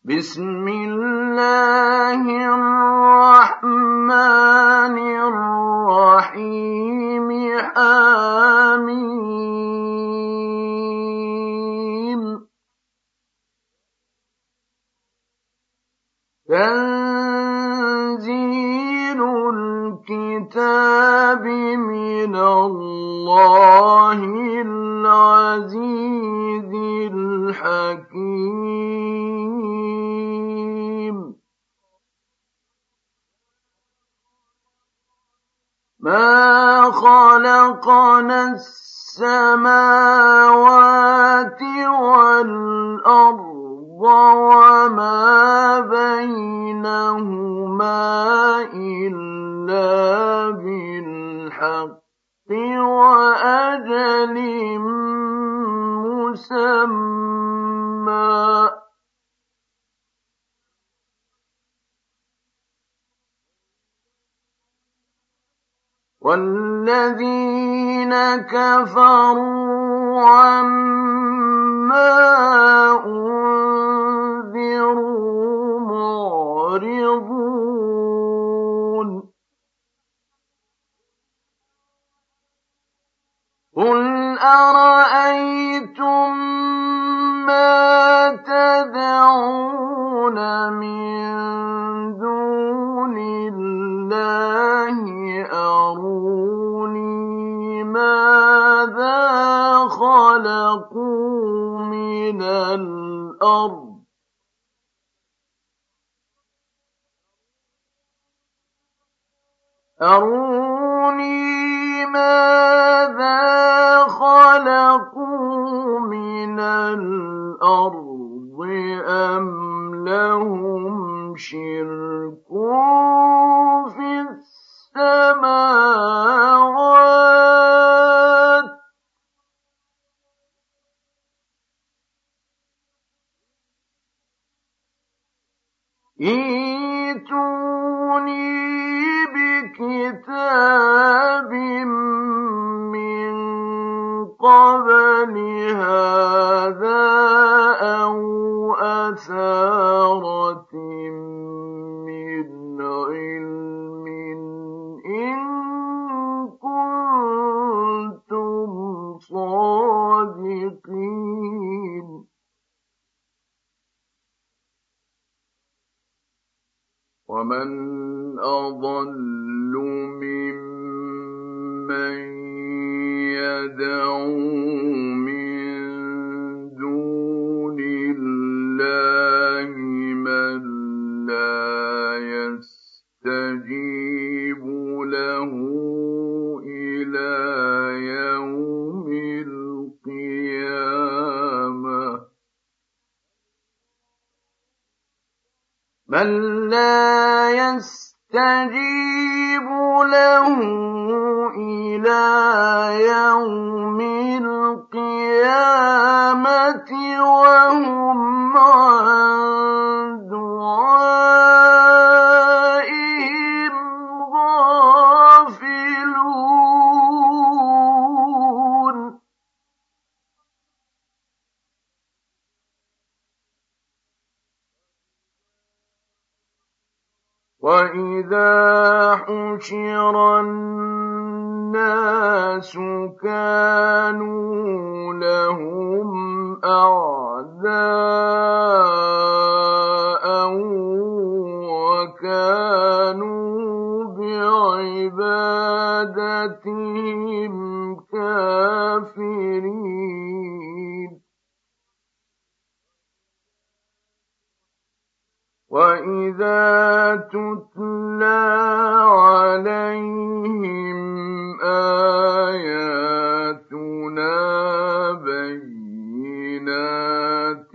بسم الله الرحمن الرحيم حميم تنزيل الكتاب من الله العزيز الحكيم ما خلقنا السماوات والأرض وما بينهما إلا بالحق وأجل مسمى والذين كفروا عما أنذروا معرضون قل أرأيتم ما تدعون من دون الله أروني ماذا خلقوا من الأرض أم لهم شرك في السماوات ائتوني بكتاب من قبل هذا أو أثارة من علم إن كنتم صادقين ومن أضل ممن يدعو من دون الله من لا يستجيب له إلى يوم القيامة من لا يستجيب له إلى يوم القيامة وهم عن دعائهم غافلون وإذا حشر الناس كانوا لهم أعداء وكانوا بعبادتهم كافرين وإذا تتلى عليهم آياتنا بينات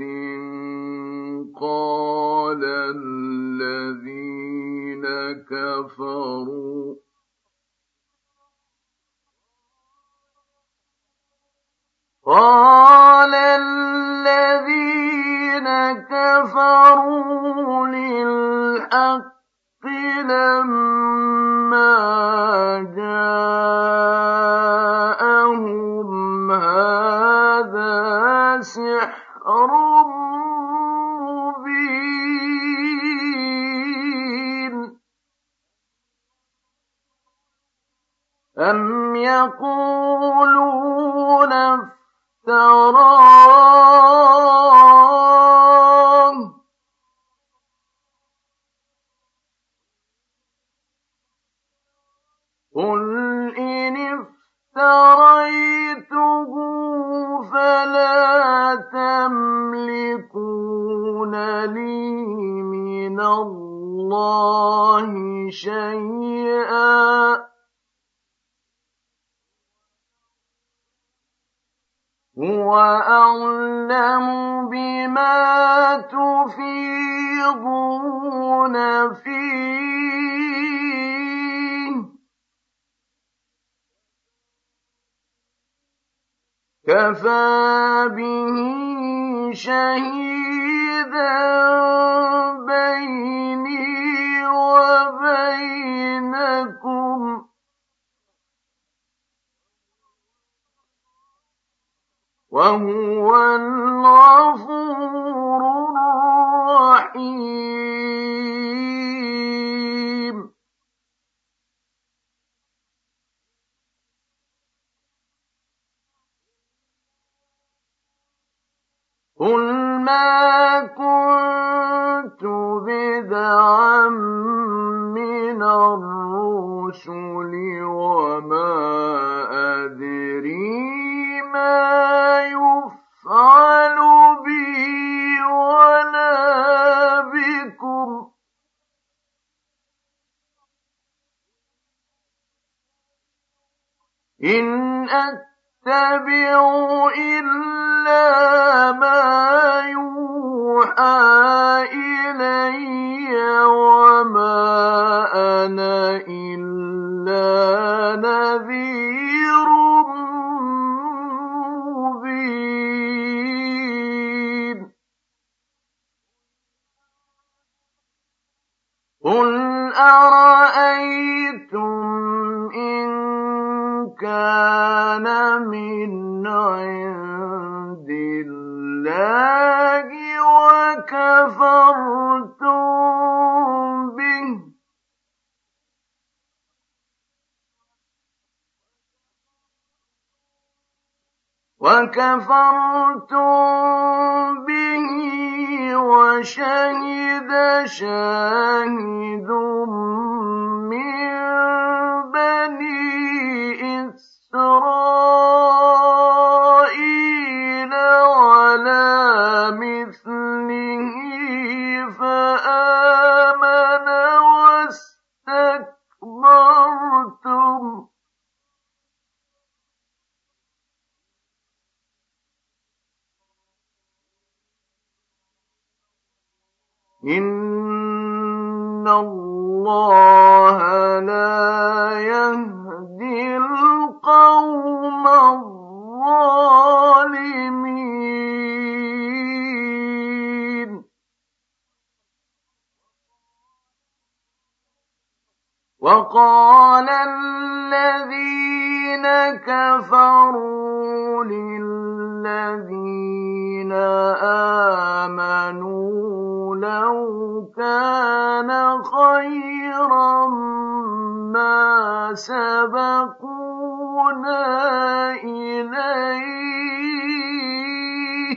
قال الذين كفروا للحق لما جاءهم هذا سحر مبين أَمْ يَقُولُونَ افْتَرَاهُ قُلْ إِنِ افْتَرَيْتُهُ فَلَا تَمْلِكُونَ لِي مِنَ اللَّهِ شَيْئًا هُوَ أَعْلَمُ بِمَا تُفِيضُونَ فِيهِ كَفَىٰ بِهِ شَهِيدًا بَيْنِي وَبَيْنَكُمْ وَهُوَ الْغَفُورُ الرَّحِيمُ قُلْ مَا كُنتُ بِدْعًا مِّنَ الرُّسُلِ وَمَا أَدْرِي مَا يُفْعَلُ بِي وَلَا بِكُمْ إِنْ أَتَّبِعُ إِلَّا مَا يُوحَىٰ إِلَيَّ وَمَا أَنَا إِلَّا نَذِيرٌ مُّبِينٌ قُلْ أَرَأَيْتُمْ إِن كَانَ مِنْ عِندِ اللَّهِ وَكَفَرْتُم بِهِ وَشَهِدَ شَاهِدٌ مِّن بَنِي إِسْرَائِيلَ عَلَىٰ مِثْلِهِ فَآمَنَ وَاسْتَكْبَرْتُمْ إِنَّ اللَّهَ لَا يَهْدِي الْقَوْمَ الظَّالِمِينَ وَقَالَ الَّذِينَ كَفَرُوا لِلَّذِينَ آمَنُوا لَوْ كَانَ خَيْرًا مَّا سَبَقُونَا إِلَيْهِ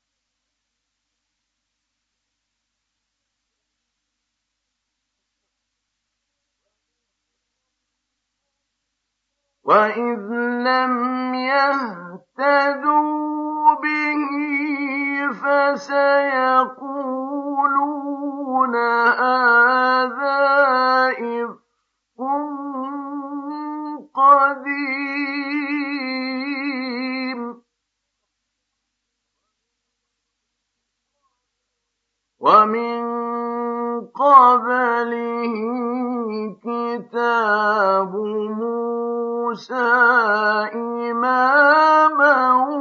وَإِذْ لَمْ يَهْتَدُوا بِهِ فَسَيَقُولُونَ هَٰذَا إِفْكٌ قَدِيمٌ وَمِن قَبْلِهِ كِتَابُ مُوسَىٰ إِمَامًا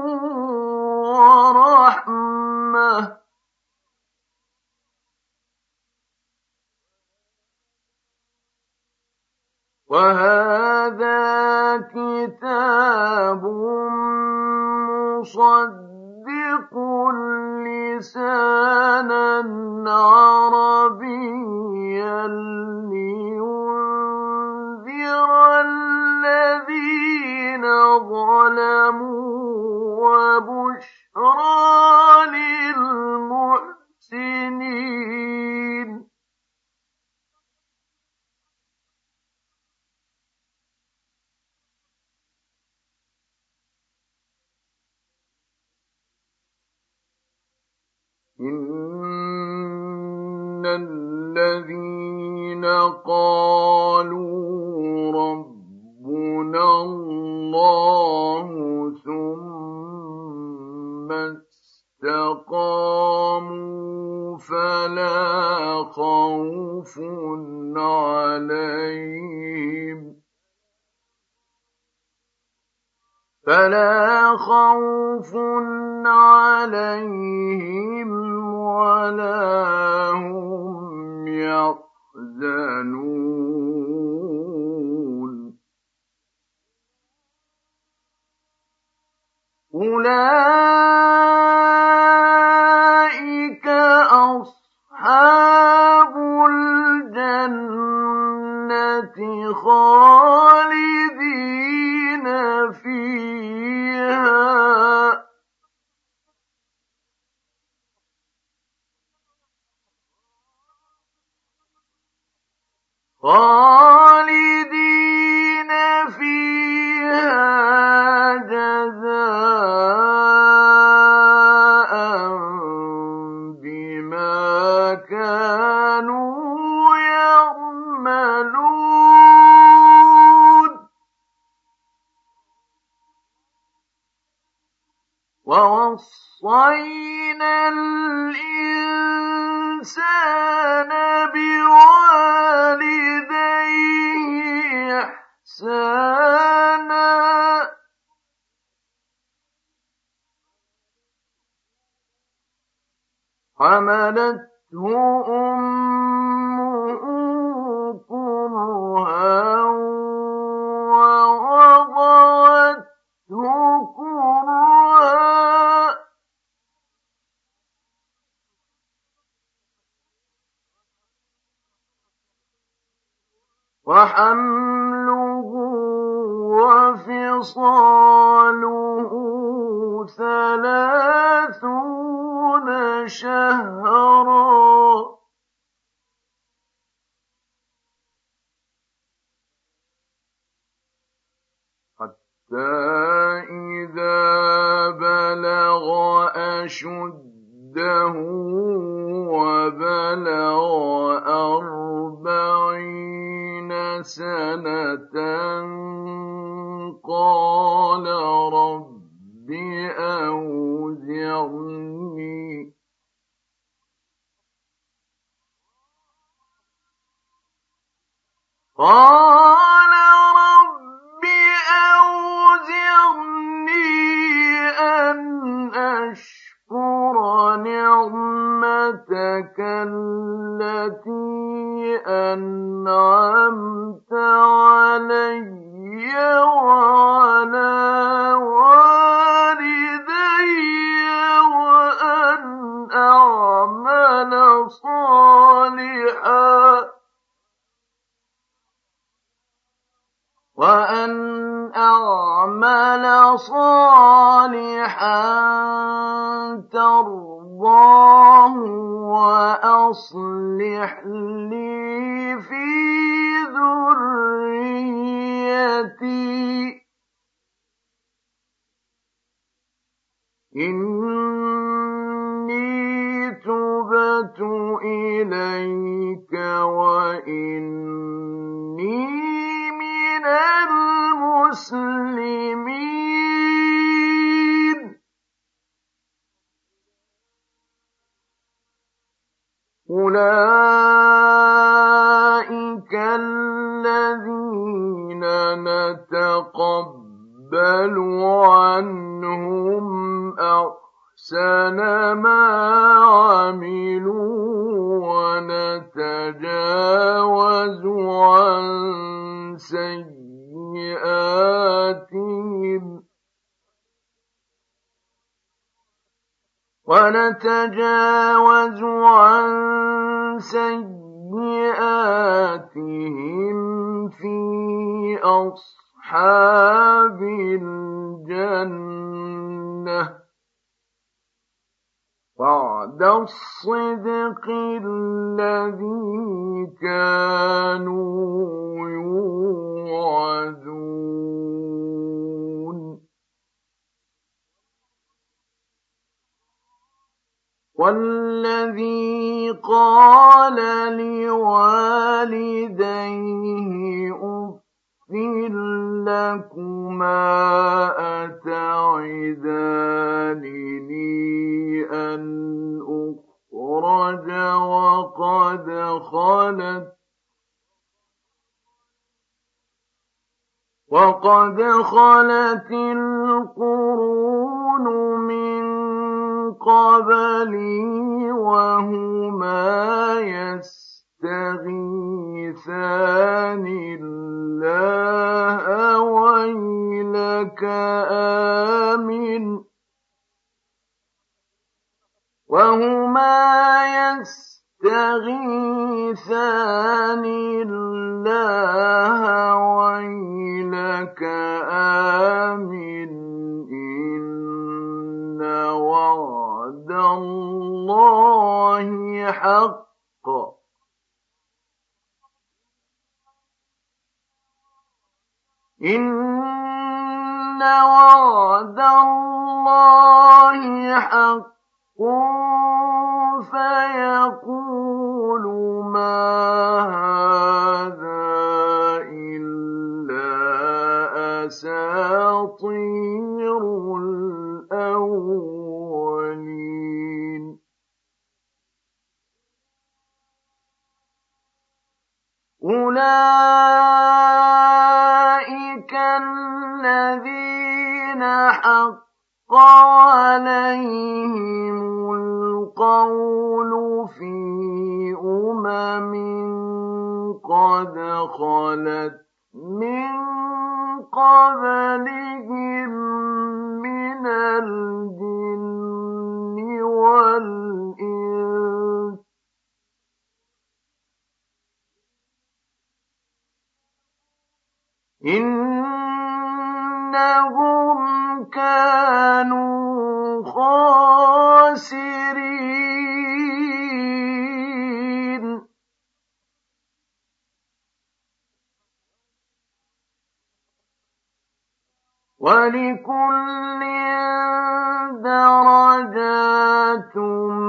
وَرَحْمَةً ۚ وَهَٰذَا كِتَابٌ مُّصَدِّقٌ لِّسَانًا عَرَبِيًّا لِّيُنذِرَ الَّذِينَ للمحسنين إن الذين قالوا ربنا الله ثم استقاموا فلا خوف عليهم ولا هم يحزنون أولئك أصحاب الجنة خالدين فيها جزاء بما كانوا يعملون ووصينا الإنسان بوالديه إحسانا حملته أمه كرها ووضعته كرها وحمله وفصاله 30 شهرا حتى إذا بلغ أشده وبلغ 40 سنة قال رب أوزعني أن أشكر نعمتك التي أنعمت علي وعلى والدي وأن أعمل صالحا ترضاه وأصلح لي في ذريتي إني تبت إليك وإني من المسلمين أولئك الذين نتقبل عنهم أحسن ما عملوا ونتجاوز عن سيئاتهم في أصحاب الجنة وعد الصدق الذي كانوا يوعدون والذي قال لوالديه أف لكما أتعدانني أن أخرج وقد خلت القرون من قبلي وهما يستغيثان الله ويلك آمن إن وعد الله حق إن وعد الله حق فيقول ما هذا إلا أساطير الأولين أولئك الذين حق عليهم القول في قد خلت من قبلهم من الجن والإنس إنهم كانوا خاسرين ولكل درجات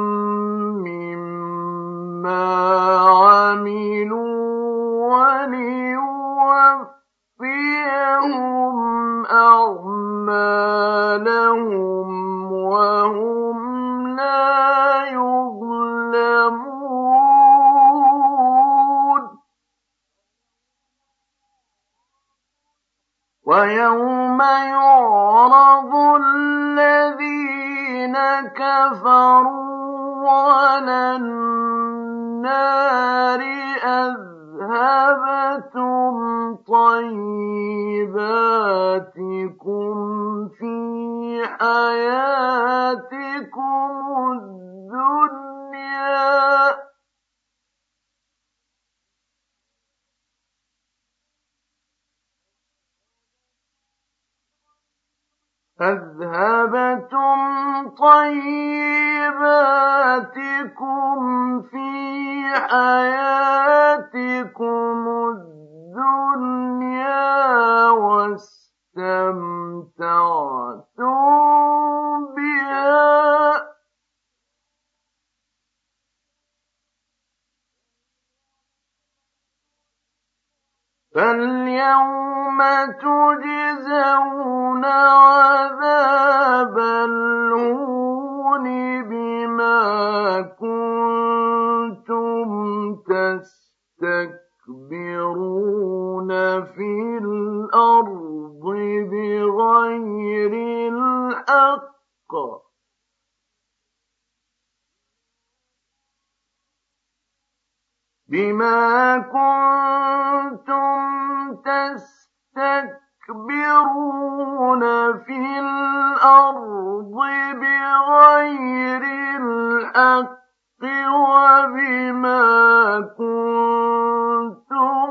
مما عملوا وليوفيهم أعمالهم وهم لا يظلمون ويوم يعرض الذين كفروا على النار أذهبتم طيباتكم في حياتكم الدنيا واستمتعتم بها فاليوم تجزون عذاب الهون بما كنتم تستكبرون في الأرض بغير الحق بما كنتم تستكبرون في الأرض بغير الحق وبما كنتم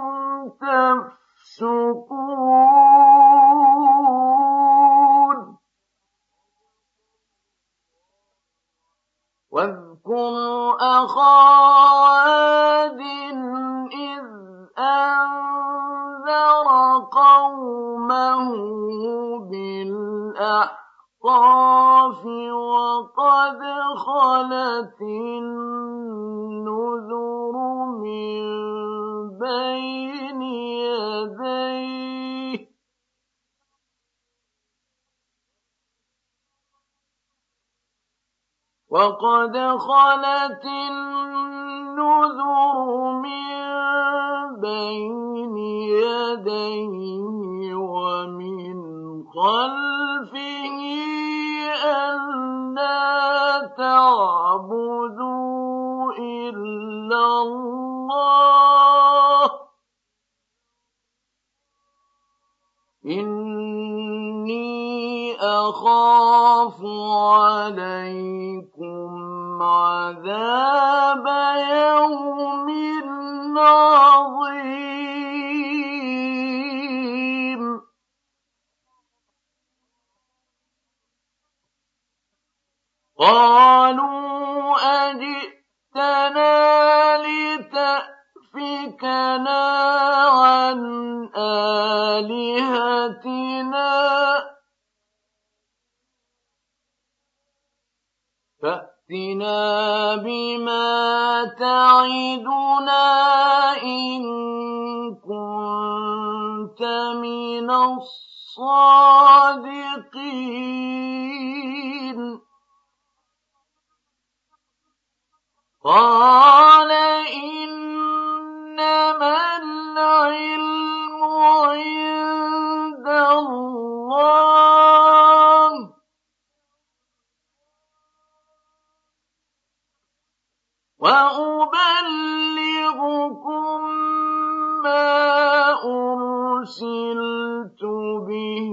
تفسقون واذكروا عَادٍ إِذْ أَنذَرَ قَوْمَهُ بِالْأَحْقَافِ وَقَدْ خَلَتِ النُّذُرُ مِن بَيْنِ يَدَيْهِ وَمِنْ خَلْفِهِ أَلَّا تَعْبُدُوا إِلَّا اللَّهَ إِنِّي أَخَافُ عَلَيْكُمْ عَذَابَ يَوْمٍ عَظِيمٍ قَالُوا أَجِئْتَنَا لِتَأْفِكَنَا عَنْ آلِهَتِنَا فَأْتِنَا بِمَا تَعِدُنَا إِن كُنتَ مِنَ الصَّادِقِينَ قَالَ إِنَّمَا الْعِلْمُ عِندَ اللَّهِ وَأُبَلِّغُكُم مَّا أُرْسِلْتُ بِهِ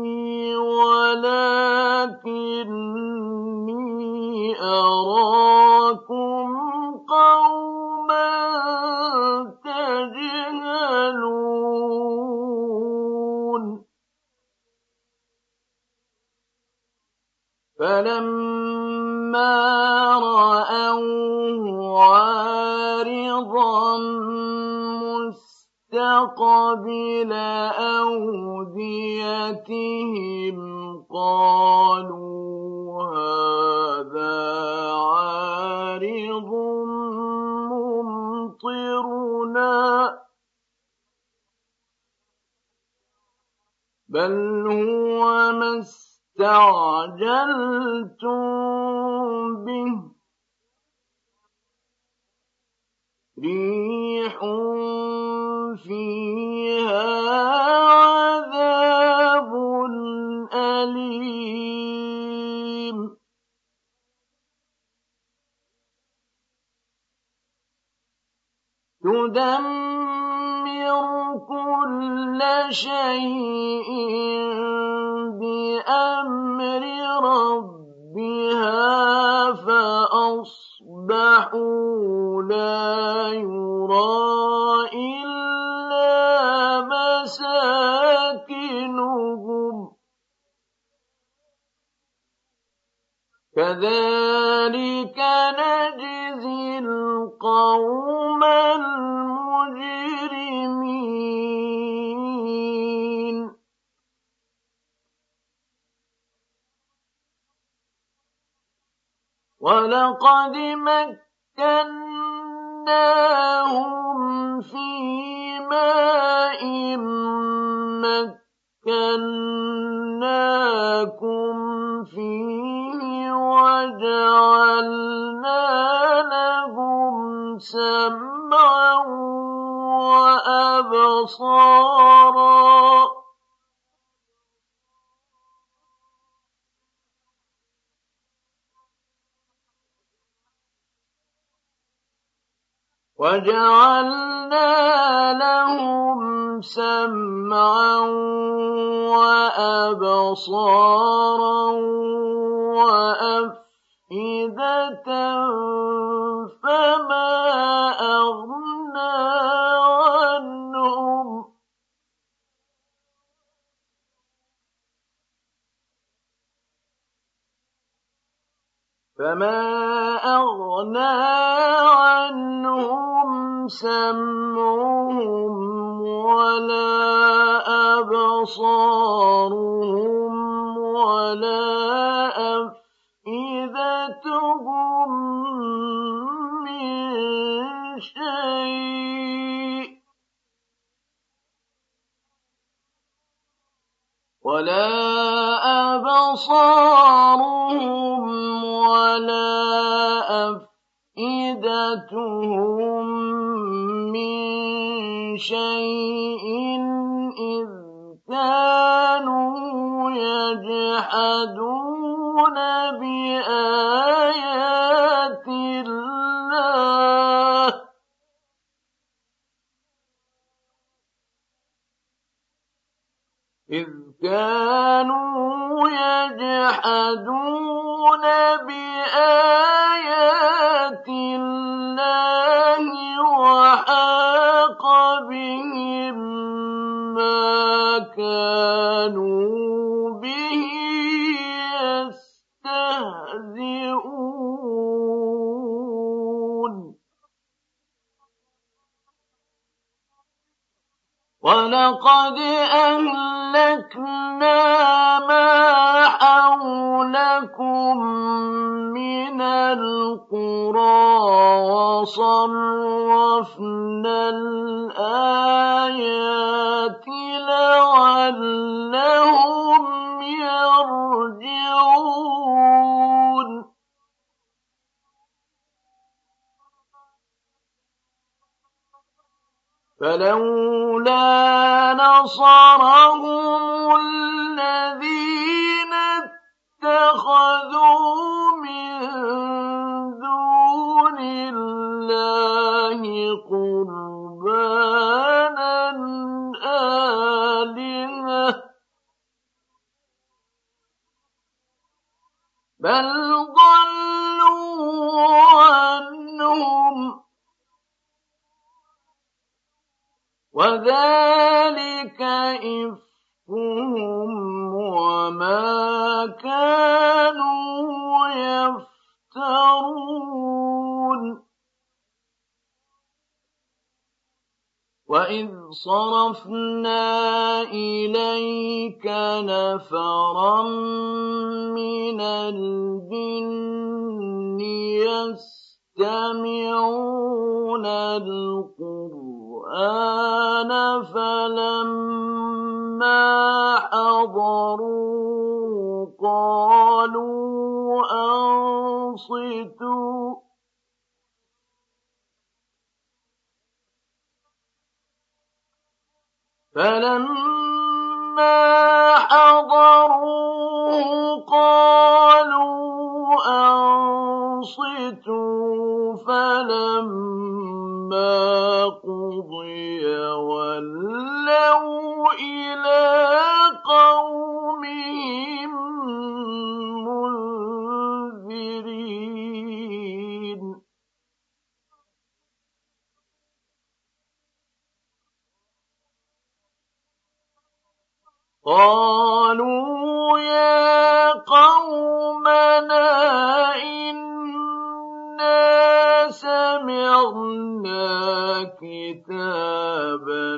وَلَٰكِنِّي أَرَاكُمْ قَوْمًا تَجْهَلُونَ فَلَمَّا رَأَوْهُ عَارِضًا مُسْتَقْبِلَ أَوْدِيَتِهِمْ قَالُوا هَٰذَا عَارِضٌ مُّمْطِرُنَا بَلْ هُوَ مَا اسْتَعْجَلْتُم بِهِ رِيحٌ فِيهَا عَذَابٌ أَلِيمٌ تُدَمِّرُ كُلَّ شَيْءٍ بِأَمْرِ رَبِّهَا فَأَصْبَحُوا لَا يُرَىٰ إِلَّا مَسَاكِنُهُمْ كَذَٰلِكَ نَجْزِي الْقَوْمَ الْمُجْرِمِينَ وَلَقَدْ مَكَّنَّاهُمْ فِي مَاءٍ مَّكَّنَّاكُمْ فِيهِ وَجَعَلْنَا لَهُمْ سَمْعًا وَأَبْصَارًا وَأَفْئِدَةً فَمَا أَغْنَىٰ سمعهم ولا أبصارهم ولا أفئدتهم من شيء ولا أبصارهم ولا أفئدتهم من شيء إذ كانوا يجحدون بآيات الله إذ كانوا يجحدون بآيات الله وحاق بهم ما كانوا به يستهزئون وَلَقَدْ أَهْلَكْنَا مَا حَوْلَكُم مِّنَ الْقُرَىٰ وَصَرَّفْنَا الْآيَاتِ لَعَلَّهُمْ يَرْجِعُونَ فَلَوْلَا نَصَرَهُمُ الَّذِينَ اتَّخَذُوا مِن دُونِ اللَّهِ قُرْبَانًا آلِهَةً بَلْ ضَلُّوا عَنْهُمْ وَذَلِكَ إِفْكُهُمْ وَمَا كَانُوا يَفْتَرُونَ وَإِذْ صَرَفْنَا إِلَيْكَ نَفَرًا مِّنَ الْجِنِّ يَسْتَمِعُونَ الْقُرْآنَ فَلَمَّا حَضَرُوهُ قَالُوا أَنصِتُوا فَلَمَّا حَضَرُوهُ قَالُوا أَنصِتُوا فَلَمَّا قُضِيَ وَلَّوْا إِلَىٰ قَوْمِهِم مُّنذِرِينَ قَالُوا يَا قَوْمَنَا إِنَّا سَمِعْنَا كِتَابًا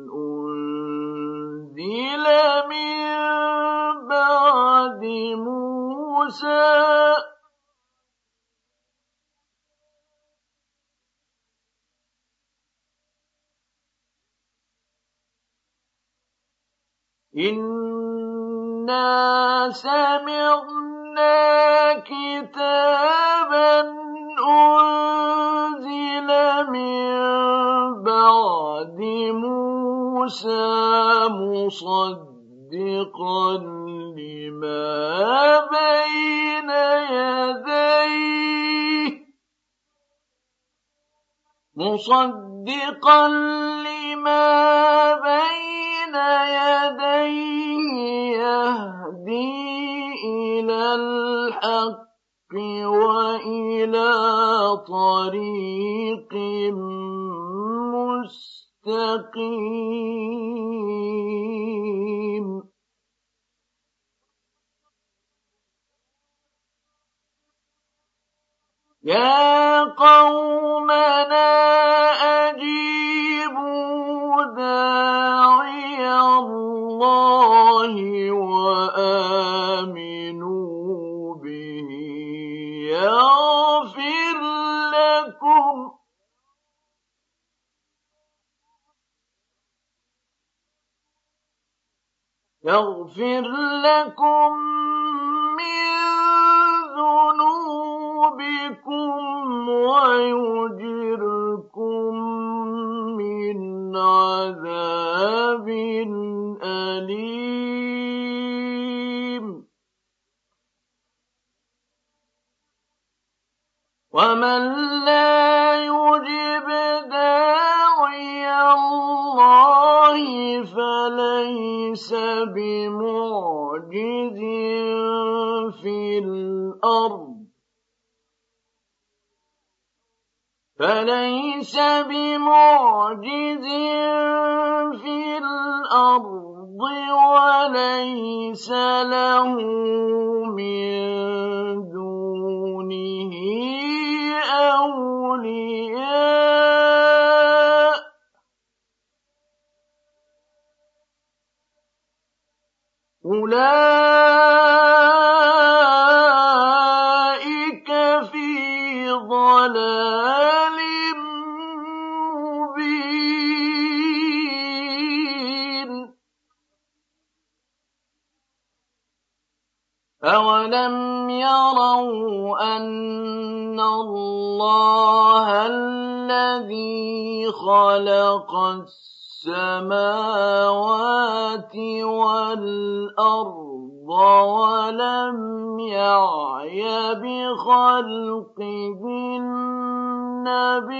أُنزِلَ مِن بَعْدِ مُوسَىٰ إِنَّا سَمِعْنَا كِتَابًا أُنزِلَ مِن بَعْدِ مُوسَىٰ مُصَدِّقًا لِّمَا بَيْنَ يَدَيْهِ يَهْدِي إِلَى الْحَقِّ وَإِلَىٰ طَرِيقٍ مُّسْتَقِيمٍ يَا قَوْمَنَا دَاعِيَ اللَّهِ وَآمِنُوا بِهِ يَغْفِرْ لَكُم مِّن ذُنُوبِكُمْ وَيُجِرْكُم مِّنْ عَذَابٍ أَلِيمٍ وَمَن لَّا يُجِبْ دَاعِيَ اللَّهِ فَلَيْسَ بِمُعْجِزٍ فِي الْأَرْضِ وَلَيْسَ لَهُ مِن دُونِهِ أَوْلِيَاءُ ۚ أُولَٰئِكَ فِي ضَلَالٍ مُّبِينٍ أَوَلَمْ يَرَوْا أَنَّ اللَّهَ الَّذِي خَلَقَ السَّمَاوَاتِ وَالْأَرْضَ وَلَمْ يَعْيَ بِخَلْقِهِنَّ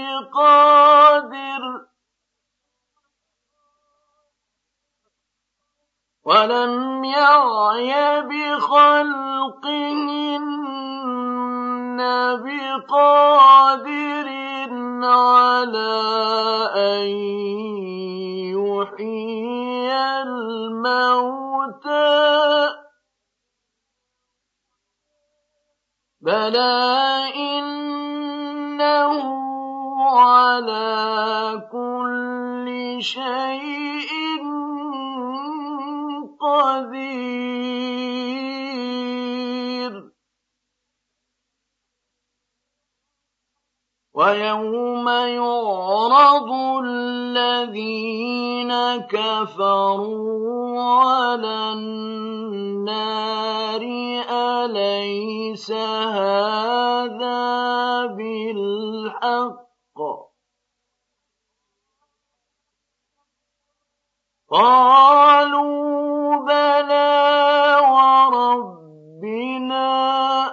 بِقَادِرٍ عَلَىٰ أَن يُحْيِيَ الْمَوْتَىٰ ۚ بَلَىٰ إِنَّهُ عَلَىٰ كُلِّ شَيْءٍ قَدِيرٌ وَيَوْمَ يُعْرَضُ الَّذِينَ كَفَرُوا عَلَى النَّارِ أَلَيْسَ هَٰذَا بِالْحَقِّ ۖ قَالُوا بَلَىٰ وَرَبِّنَا ۚ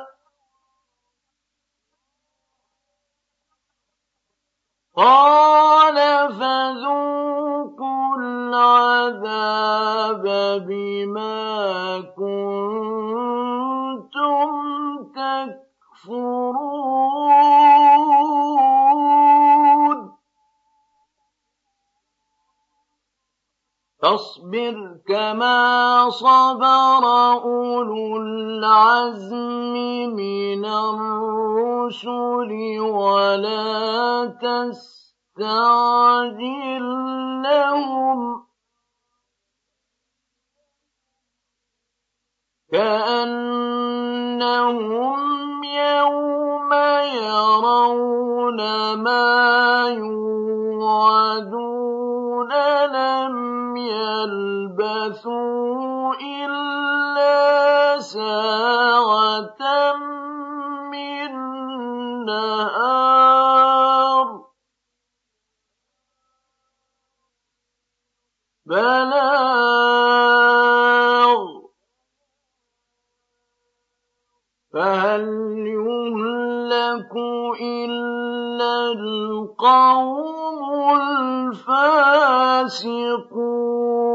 قَالَ فَذُوقُوا الْعَذَابَ بِمَا كُنتُمْ تَكْفُرُونَ فَاصْبِرْ كَمَا صَبَرَ أُولُو الْعَزْمِ مِنَ الرُّسُلِ وَلَا تَسْتَعْجِل لَّهُمْ ۚ كَأَنَّهُمْ يَوْمَ يَرَوْنَ مَا يُوعَدُونَ لَمْ يَلْبَثُوا إِلَّا سَاعَةً مِّن نَّهَارٍ بَلَاغٌ ۚ فَهَلْ يُهْلَكُ إِلَّا الْقَوْمُ الْفَاسِقُونَ